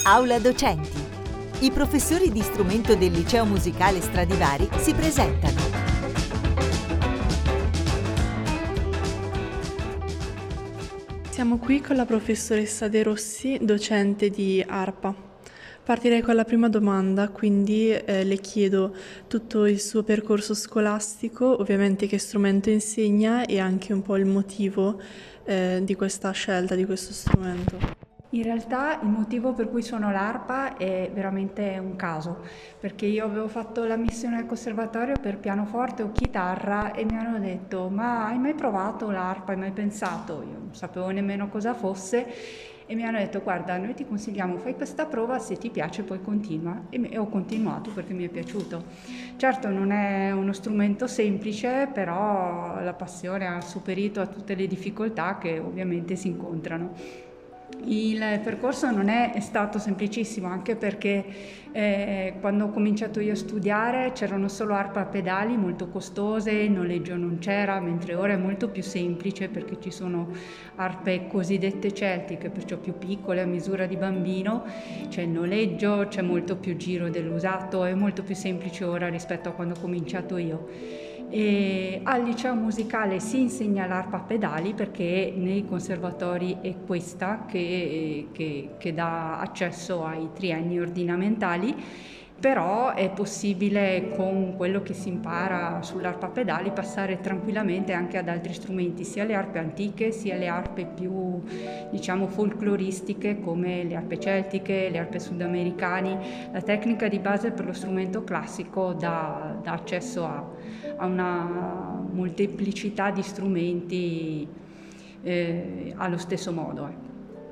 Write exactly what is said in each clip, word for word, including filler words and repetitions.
Aula Docenti. I professori di strumento del Liceo Musicale Stradivari si presentano. Siamo qui con la professoressa De Rossi, docente di arpa. Partirei con la prima domanda, quindi eh, le chiedo tutto il suo percorso scolastico, ovviamente che strumento insegna e anche un po' il motivo eh, di questa scelta, di questo strumento. In realtà il motivo per cui suono l'arpa è veramente un caso, perché io avevo fatto la missione al conservatorio per pianoforte o chitarra e mi hanno detto: ma hai mai provato l'arpa, hai mai pensato? Io non sapevo nemmeno cosa fosse e mi hanno detto: guarda, noi ti consigliamo, fai questa prova, se ti piace poi continua. E, mi, e ho continuato perché mi è piaciuto. Certo non è uno strumento semplice, però la passione ha superito a tutte le difficoltà che ovviamente si incontrano. Il percorso non è stato semplicissimo, anche perché eh, quando ho cominciato io a studiare c'erano solo arpa a pedali molto costose, il noleggio non c'era, mentre ora è molto più semplice perché ci sono arpe cosiddette celtiche, perciò più piccole, a misura di bambino, c'è il noleggio, c'è molto più giro dell'usato, è molto più semplice ora rispetto a quando ho cominciato io. E al liceo musicale si insegna l'arpa a pedali perché nei conservatori è questa che, che, che dà accesso ai trienni ordinamentali, però è possibile con quello che si impara sull'arpa a pedali passare tranquillamente anche ad altri strumenti, sia le arpe antiche sia le arpe più, diciamo, folcloristiche come le arpe celtiche, le arpe sudamericani. La tecnica di base per lo strumento classico dà, dà accesso a, a una molteplicità di strumenti eh, allo stesso modo. Eh.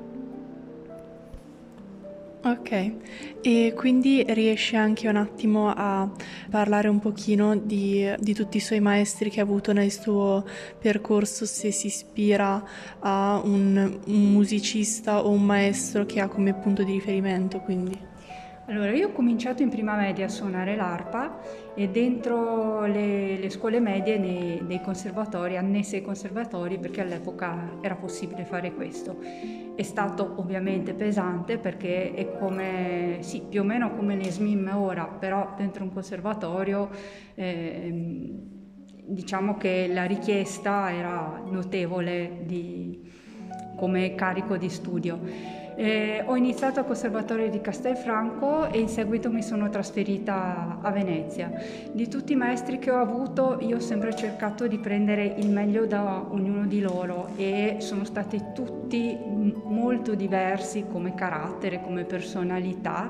Ok, e quindi riesci anche un attimo a parlare un pochino di, di tutti i suoi maestri che ha avuto nel suo percorso, se si ispira a un, un musicista o un maestro che ha come punto di riferimento, quindi. Allora, io ho cominciato in prima media a suonare l'arpa e dentro le, le scuole medie nei, nei conservatori, annesse ai conservatori, perché all'epoca era possibile fare questo. È stato ovviamente pesante perché è come, sì, più o meno come le S M I M ora, però dentro un conservatorio eh, diciamo che la richiesta era notevole di, come carico di studio. Eh, ho iniziato al Conservatorio di Castelfranco e in seguito mi sono trasferita a Venezia. Di tutti i maestri che ho avuto io ho sempre cercato di prendere il meglio da ognuno di loro e sono stati tutti molto diversi come carattere, come personalità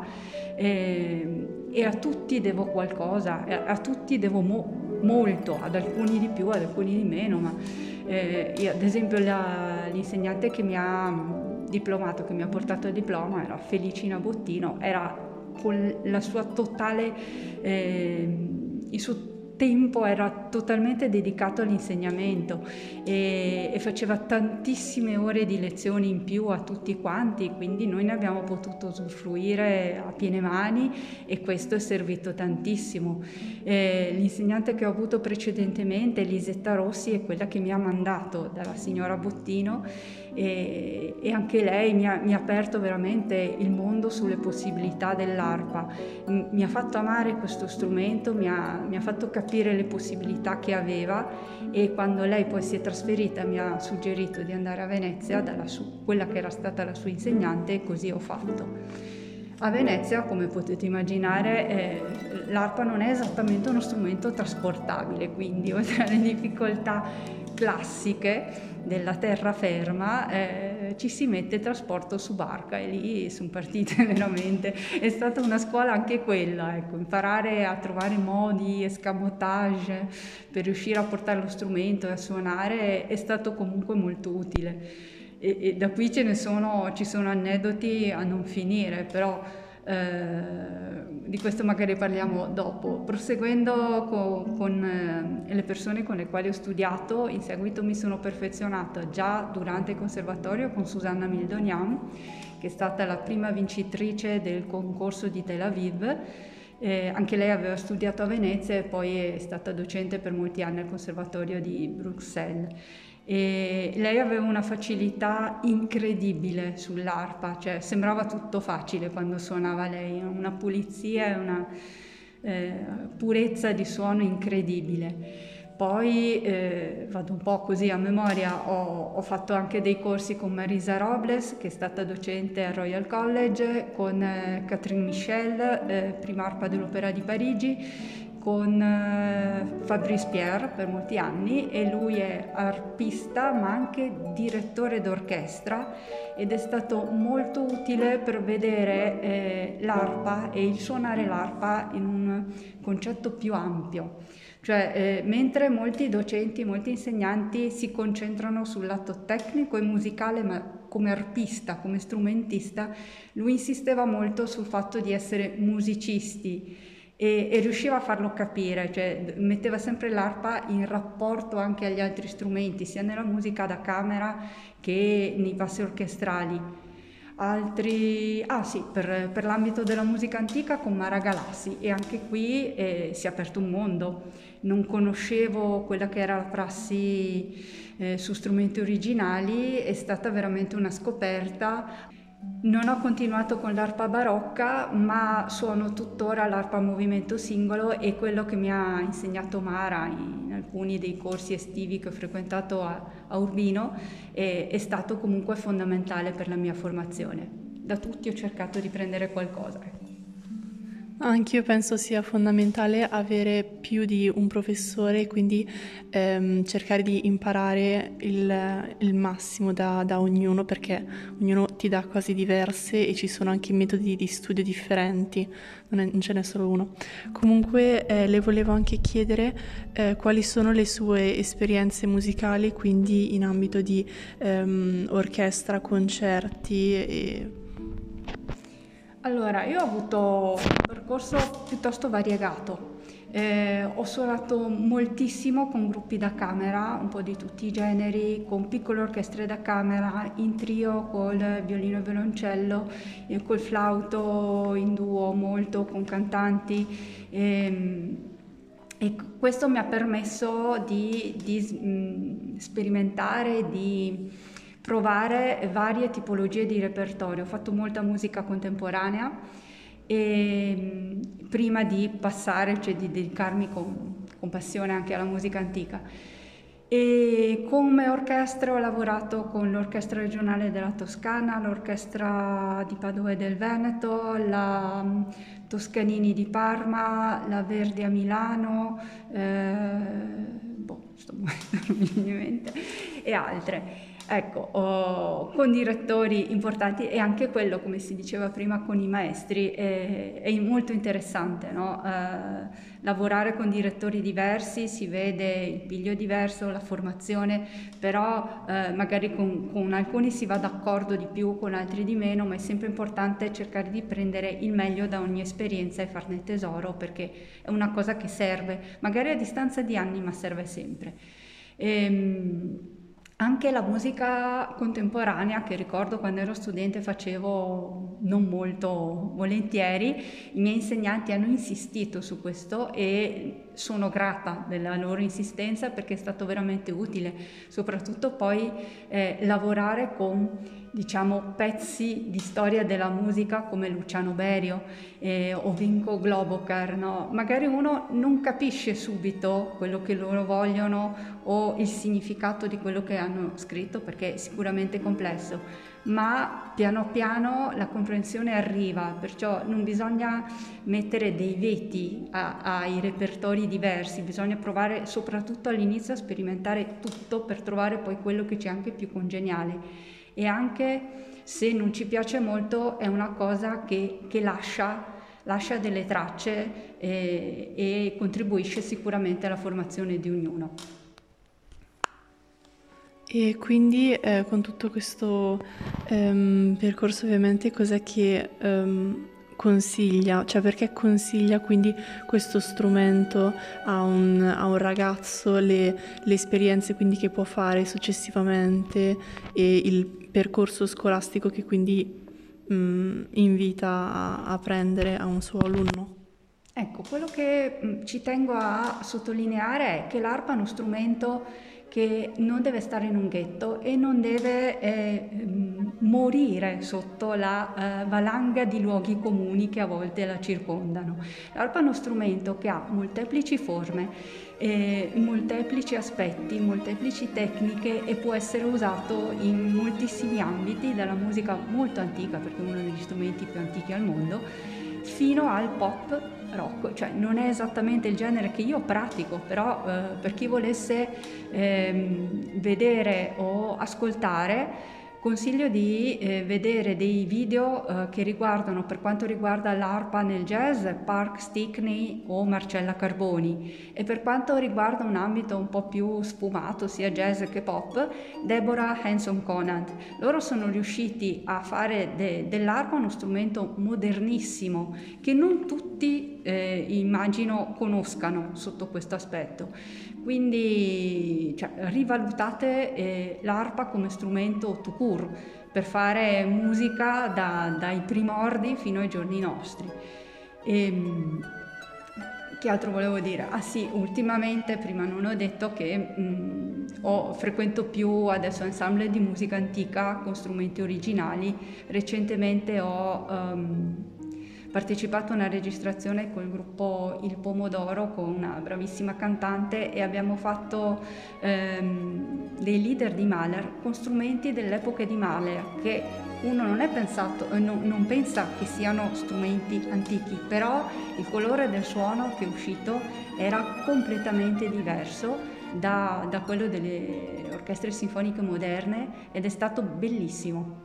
eh, e a tutti devo qualcosa, a tutti devo mo- molto, ad alcuni di più, ad alcuni di meno, ma eh, io, ad esempio la, l'insegnante che mi ha diplomato, che mi ha portato il diploma, era Felicina Bottino, era con la sua totale, eh, il suo tempo era totalmente dedicato all'insegnamento e, e faceva tantissime ore di lezioni in più a tutti quanti, quindi noi ne abbiamo potuto usufruire a piene mani e questo è servito tantissimo. Eh, l'insegnante che ho avuto precedentemente, Elisetta Rossi, è quella che mi ha mandato dalla signora Bottino e, e anche lei mi ha, mi ha aperto veramente il mondo sulle possibilità dell'arpa, M- mi ha fatto amare questo strumento, mi ha, mi ha fatto capire le possibilità che aveva e quando lei poi si è trasferita mi ha suggerito di andare a Venezia dalla su, quella che era stata la sua insegnante e così ho fatto. A Venezia, come potete immaginare, eh, l'arpa non è esattamente uno strumento trasportabile, quindi oltre alle difficoltà classiche della terraferma eh, ci si mette trasporto su barca e lì sono partite veramente. È stata una scuola anche quella, ecco, imparare a trovare modi, escamotage per riuscire a portare lo strumento e a suonare è stato comunque molto utile. E, e da qui ce ne sono, ci sono aneddoti a non finire, però eh, di questo magari parliamo dopo. Proseguendo con, con eh, le persone con le quali ho studiato, in seguito mi sono perfezionata già durante il conservatorio con Susanna Mildonian, che è stata la prima vincitrice del concorso di Tel Aviv. Eh, anche lei aveva studiato a Venezia e poi è stata docente per molti anni al conservatorio di Bruxelles. E lei aveva una facilità incredibile sull'arpa, cioè sembrava tutto facile quando suonava lei, una pulizia e una eh, purezza di suono incredibile. Poi eh, vado un po' così a memoria, ho, ho fatto anche dei corsi con Marisa Robles, che è stata docente al Royal College, con eh, Catherine Michel, eh, prima arpa dell'Opera di Parigi, con eh, Fabrice Pierre per molti anni, e lui è arpista ma anche direttore d'orchestra, ed è stato molto utile per vedere eh, l'arpa e il suonare l'arpa in un concetto più ampio. Cioè, eh, mentre molti docenti, molti insegnanti si concentrano sul lato tecnico e musicale, ma come arpista, come strumentista, lui insisteva molto sul fatto di essere musicisti e, e riusciva a farlo capire, cioè metteva sempre l'arpa in rapporto anche agli altri strumenti, sia nella musica da camera che nei passi orchestrali. Altri, ah sì, per, per l'ambito della musica antica con Mara Galassi, e anche qui eh, si è aperto un mondo. Non conoscevo quella che era la prassi eh, su strumenti originali, è stata veramente una scoperta. Non ho continuato con l'arpa barocca, ma suono tuttora l'arpa a movimento singolo, e quello che mi ha insegnato Mara in alcuni dei corsi estivi che ho frequentato a, a Urbino è, è stato comunque fondamentale per la mia formazione. Da tutti ho cercato di prendere qualcosa. Anch'io penso sia fondamentale avere più di un professore, quindi ehm, cercare di imparare il, il massimo da, da ognuno, perché ognuno ti dà cose diverse e ci sono anche metodi di studio differenti, non, è, non ce n'è solo uno. Comunque eh, le volevo anche chiedere eh, quali sono le sue esperienze musicali, quindi in ambito di ehm, orchestra, concerti e... Allora, io ho avuto un percorso piuttosto variegato. Eh, ho suonato moltissimo con gruppi da camera, un po' di tutti i generi, con piccole orchestre da camera, in trio col violino e violoncello, e col flauto, in duo molto, con cantanti. E, e questo mi ha permesso di, di mh, sperimentare, di provare varie tipologie di repertorio. Ho fatto molta musica contemporanea e, prima di passare, cioè di dedicarmi con, con passione anche alla musica antica. E come orchestra ho lavorato con l'Orchestra Regionale della Toscana, l'Orchestra di Padova e del Veneto, la Toscanini di Parma, la Verdi a Milano, eh, boh, sto non mi viene in mente, e altre. Ecco, oh, con direttori importanti, e anche quello, come si diceva prima, con i maestri è, è molto interessante, no? Eh, lavorare con direttori diversi, si vede il piglio diverso, la formazione, però eh, magari con, con alcuni si va d'accordo di più, con altri di meno, ma è sempre importante cercare di prendere il meglio da ogni esperienza e farne tesoro, perché è una cosa che serve, magari a distanza di anni, ma serve sempre. Ehm, Anche la musica contemporanea, che ricordo quando ero studente facevo non molto volentieri, i miei insegnanti hanno insistito su questo e sono grata della loro insistenza, perché è stato veramente utile, soprattutto poi eh, lavorare con, diciamo, pezzi di storia della musica come Luciano Berio eh, o Vinko Globokar, no? Magari uno non capisce subito quello che loro vogliono o il significato di quello che hanno scritto, perché è sicuramente complesso, ma piano piano la comprensione arriva, perciò non bisogna mettere dei veti a, ai repertori diversi, bisogna provare soprattutto all'inizio a sperimentare tutto per trovare poi quello che c'è anche più congeniale, e anche se non ci piace molto è una cosa che, che lascia, lascia delle tracce eh, e contribuisce sicuramente alla formazione di ognuno. E quindi eh, con tutto questo ehm, percorso ovviamente cos'è che ehm, consiglia, cioè perché consiglia quindi questo strumento a un, a un ragazzo, le, le esperienze quindi che può fare successivamente e il percorso scolastico che quindi mh, invita a, a prendere a un suo alunno? Ecco, quello che mh, ci tengo a sottolineare è che l'arpa è uno strumento che non deve stare in un ghetto e non deve eh, morire sotto la eh, valanga di luoghi comuni che a volte la circondano. L'arpa è uno strumento che ha molteplici forme, eh, molteplici aspetti, molteplici tecniche e può essere usato in moltissimi ambiti, dalla musica molto antica, perché è uno degli strumenti più antichi al mondo, fino al pop rock. Cioè non è esattamente il genere che io pratico, però eh, per chi volesse ehm, vedere o ascoltare, consiglio di eh, vedere dei video eh, che riguardano, per quanto riguarda l'arpa nel jazz, Park Stickney o Marcella Carboni, e per quanto riguarda un ambito un po' più sfumato, sia jazz che pop, Deborah Hanson-Conant. Loro sono riusciti a fare de- dell'arpa uno strumento modernissimo che non tutti eh, immagino conoscano sotto questo aspetto. Quindi cioè, rivalutate eh, l'arpa come strumento tout court per fare musica da, dai primordi fino ai giorni nostri. E, che altro volevo dire? Ah sì, ultimamente, prima non ho detto che mh, ho, frequento più adesso ensemble di musica antica con strumenti originali. Recentemente ho um, partecipato a una registrazione col gruppo Il Pomodoro con una bravissima cantante e abbiamo fatto ehm, dei leader di Mahler con strumenti dell'epoca di Mahler, che uno non è pensato, non, non pensa che siano strumenti antichi, però il colore del suono che è uscito era completamente diverso da, da quello delle orchestre sinfoniche moderne ed è stato bellissimo.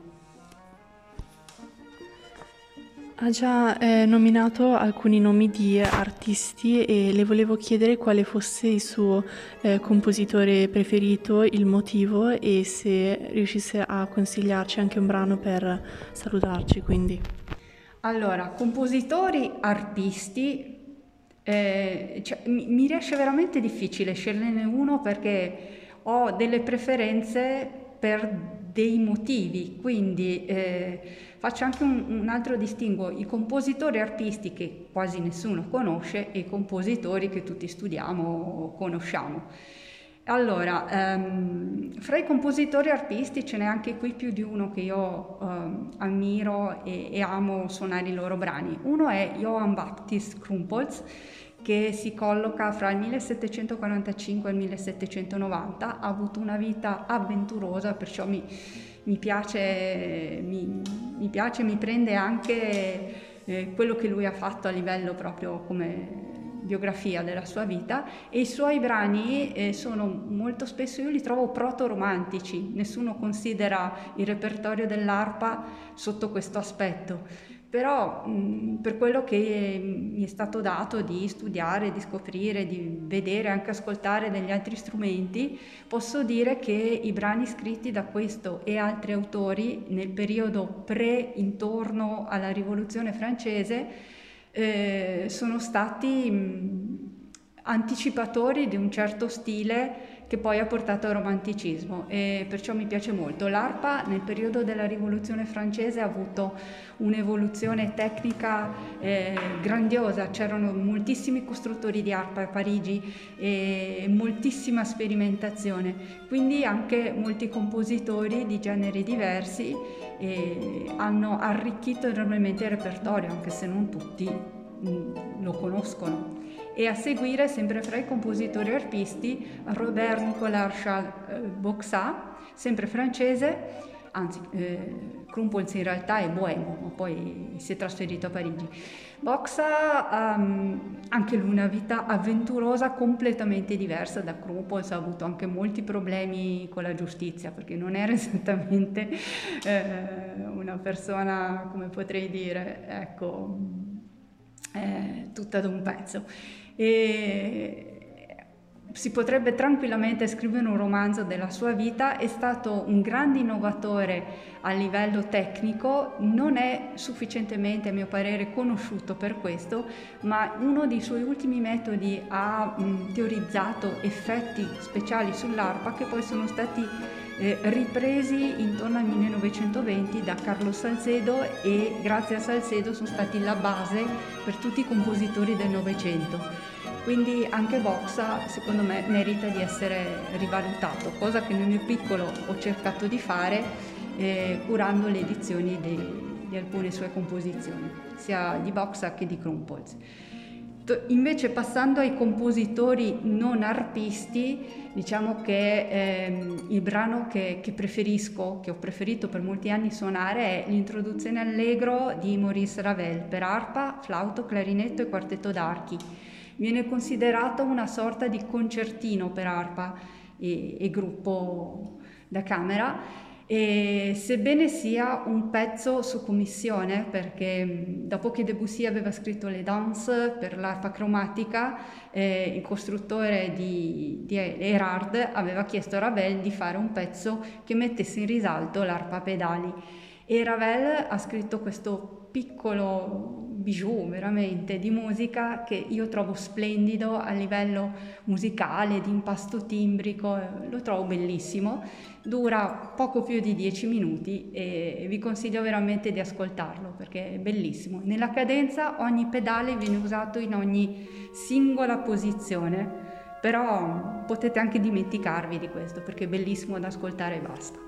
Ha già eh, nominato alcuni nomi di artisti e le volevo chiedere quale fosse il suo eh, compositore preferito, il motivo e se riuscisse a consigliarci anche un brano per salutarci, quindi. Allora, compositori, artisti, eh, cioè, mi, mi riesce veramente difficile sceglierne uno perché ho delle preferenze per dei motivi, quindi eh, faccio anche un, un altro distinguo: i compositori artisti che quasi nessuno conosce e i compositori che tutti studiamo o conosciamo. Allora, ehm, fra i compositori artisti ce n'è anche qui più di uno che io ehm, ammiro e, e amo suonare i loro brani. Uno è Johann Baptist Krumpholz, che si colloca fra il millesettecentoquarantacinque e il millesettecentonovanta, ha avuto una vita avventurosa, perciò mi, mi piace, mi, mi piace, mi prende anche eh, quello che lui ha fatto a livello proprio come biografia della sua vita, e i suoi brani eh, sono molto spesso, io li trovo proto-romantici, nessuno considera il repertorio dell'arpa sotto questo aspetto. Però mh, per quello che mi è stato dato di studiare, di scoprire, di vedere, anche ascoltare degli altri strumenti, posso dire che i brani scritti da questo e altri autori nel periodo pre-intorno alla Rivoluzione francese eh, sono stati mh, anticipatori di un certo stile che poi ha portato al romanticismo, e perciò mi piace molto. L'arpa nel periodo della Rivoluzione francese ha avuto un'evoluzione tecnica eh, grandiosa, c'erano moltissimi costruttori di arpa a Parigi e moltissima sperimentazione, quindi anche molti compositori di generi diversi eh, hanno arricchito enormemente il repertorio, anche se non tutti mh, lo conoscono. E a seguire, sempre fra i compositori arpisti, Robert Nicolas Charles eh, Boxat, sempre francese, anzi eh, Krumpholz in realtà è boemo, ma poi si è trasferito a Parigi. Boxat um, anche lui una vita avventurosa completamente diversa da Krumpholz, ha avuto anche molti problemi con la giustizia perché non era esattamente eh, una persona, come potrei dire, ecco, eh, tutta d'un pezzo. E si potrebbe tranquillamente scrivere un romanzo della sua vita, è stato un grande innovatore a livello tecnico, non è sufficientemente a mio parere conosciuto per questo, ma uno dei suoi ultimi metodi ha mh, teorizzato effetti speciali sull'arpa che poi sono stati eh, ripresi intorno al millenovecentoventi da Carlos Salcedo, e grazie a Salcedo sono stati la base per tutti i compositori del Novecento. Quindi anche Boxa secondo me merita di essere rivalutato, cosa che nel mio piccolo ho cercato di fare eh, curando le edizioni dei, di alcune sue composizioni, sia di Boxa che di Krumpholz. Invece passando ai compositori non arpisti, diciamo che ehm, il brano che, che preferisco, che ho preferito per molti anni suonare, è l'introduzione allegro di Maurice Ravel per arpa, flauto, clarinetto e quartetto d'archi. Viene considerato una sorta di concertino per arpa e, e gruppo da camera, e sebbene sia un pezzo su commissione, perché dopo che Debussy aveva scritto le danse per l'arpa cromatica, eh, il costruttore di, di Erard aveva chiesto a Ravel di fare un pezzo che mettesse in risalto l'arpa a pedali, e Ravel ha scritto questo piccolo bijou veramente di musica che io trovo splendido a livello musicale, di impasto timbrico, lo trovo bellissimo, dura poco più di dieci minuti e vi consiglio veramente di ascoltarlo perché è bellissimo. Nella cadenza ogni pedale viene usato in ogni singola posizione, però potete anche dimenticarvi di questo perché è bellissimo da ascoltare e basta.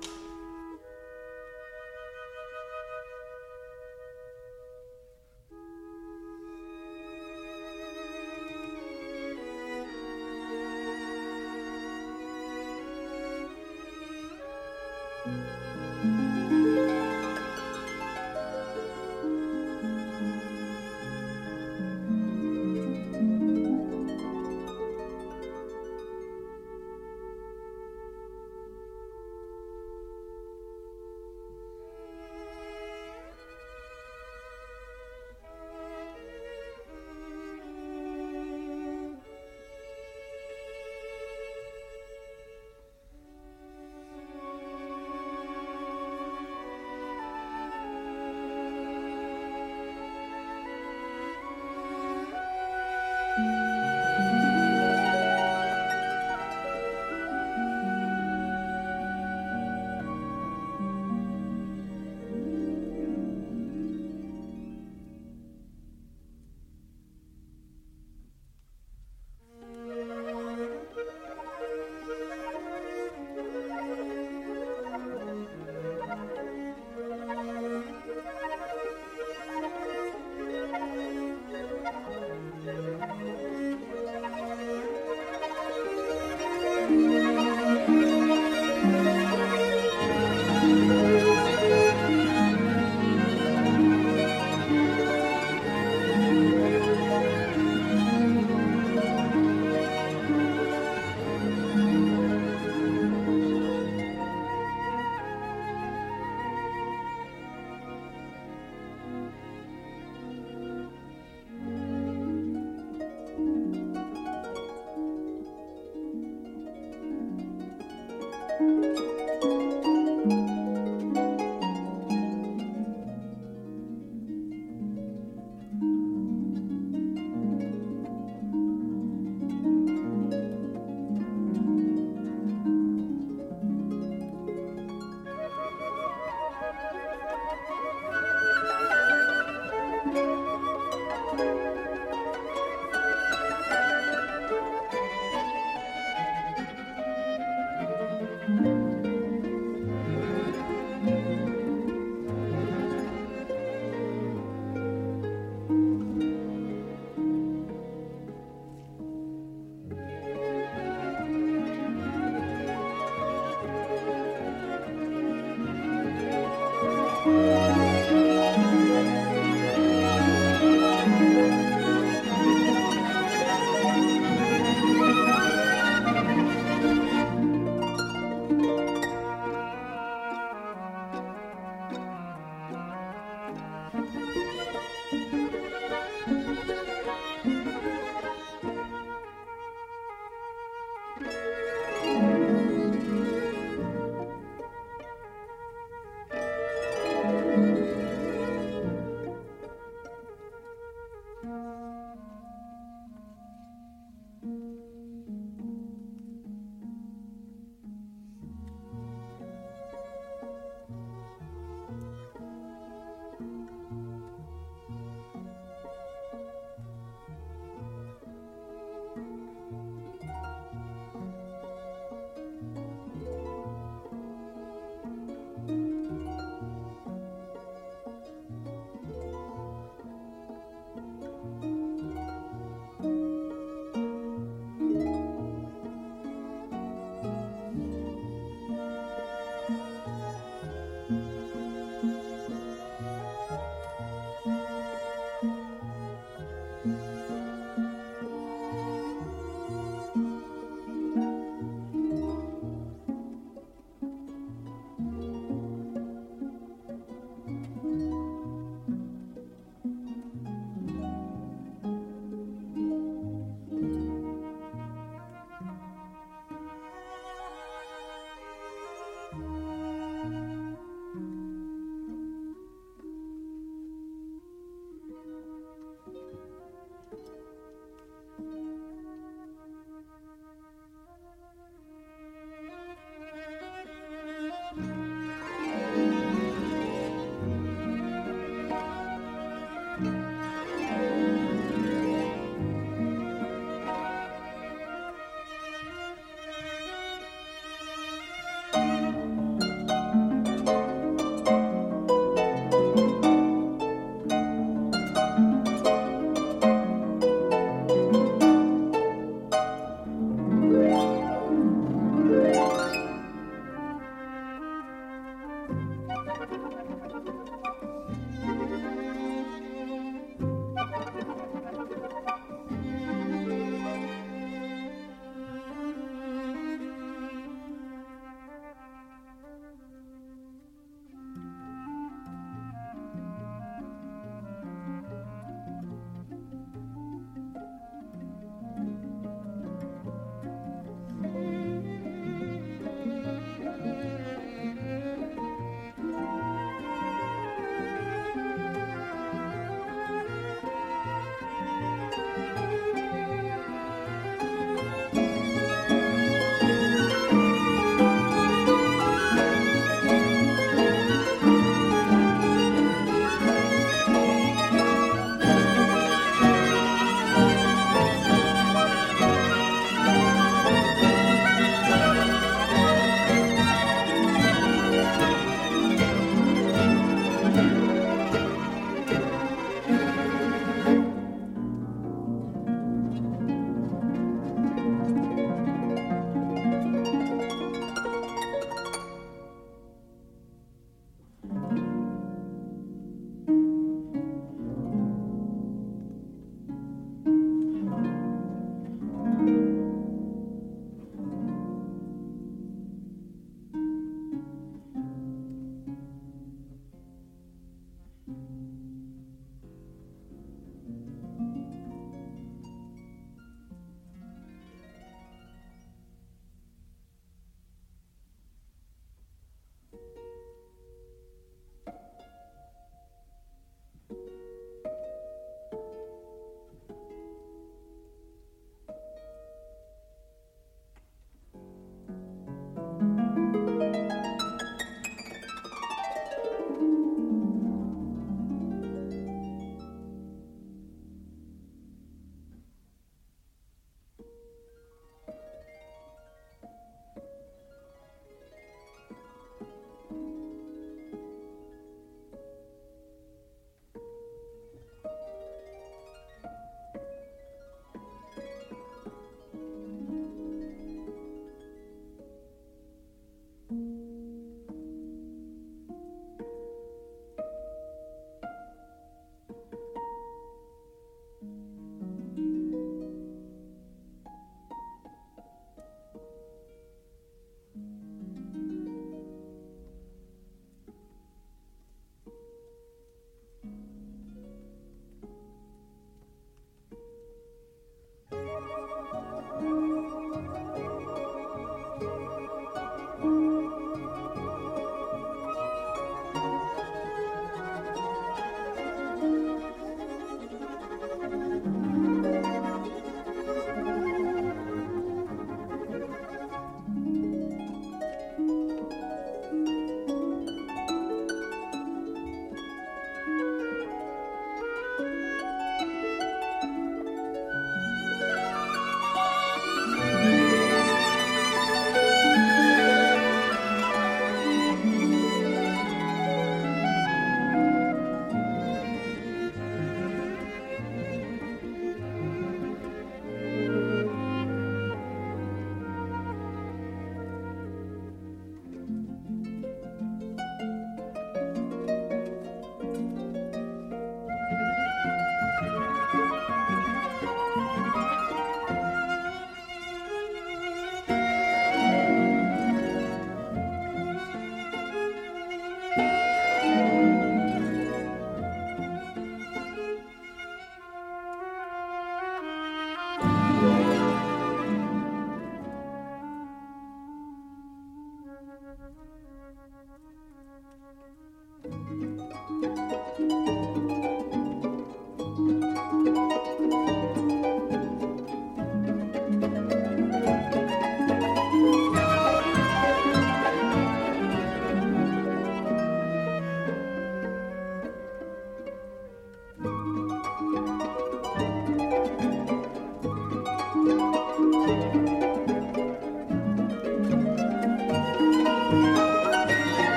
Thank you.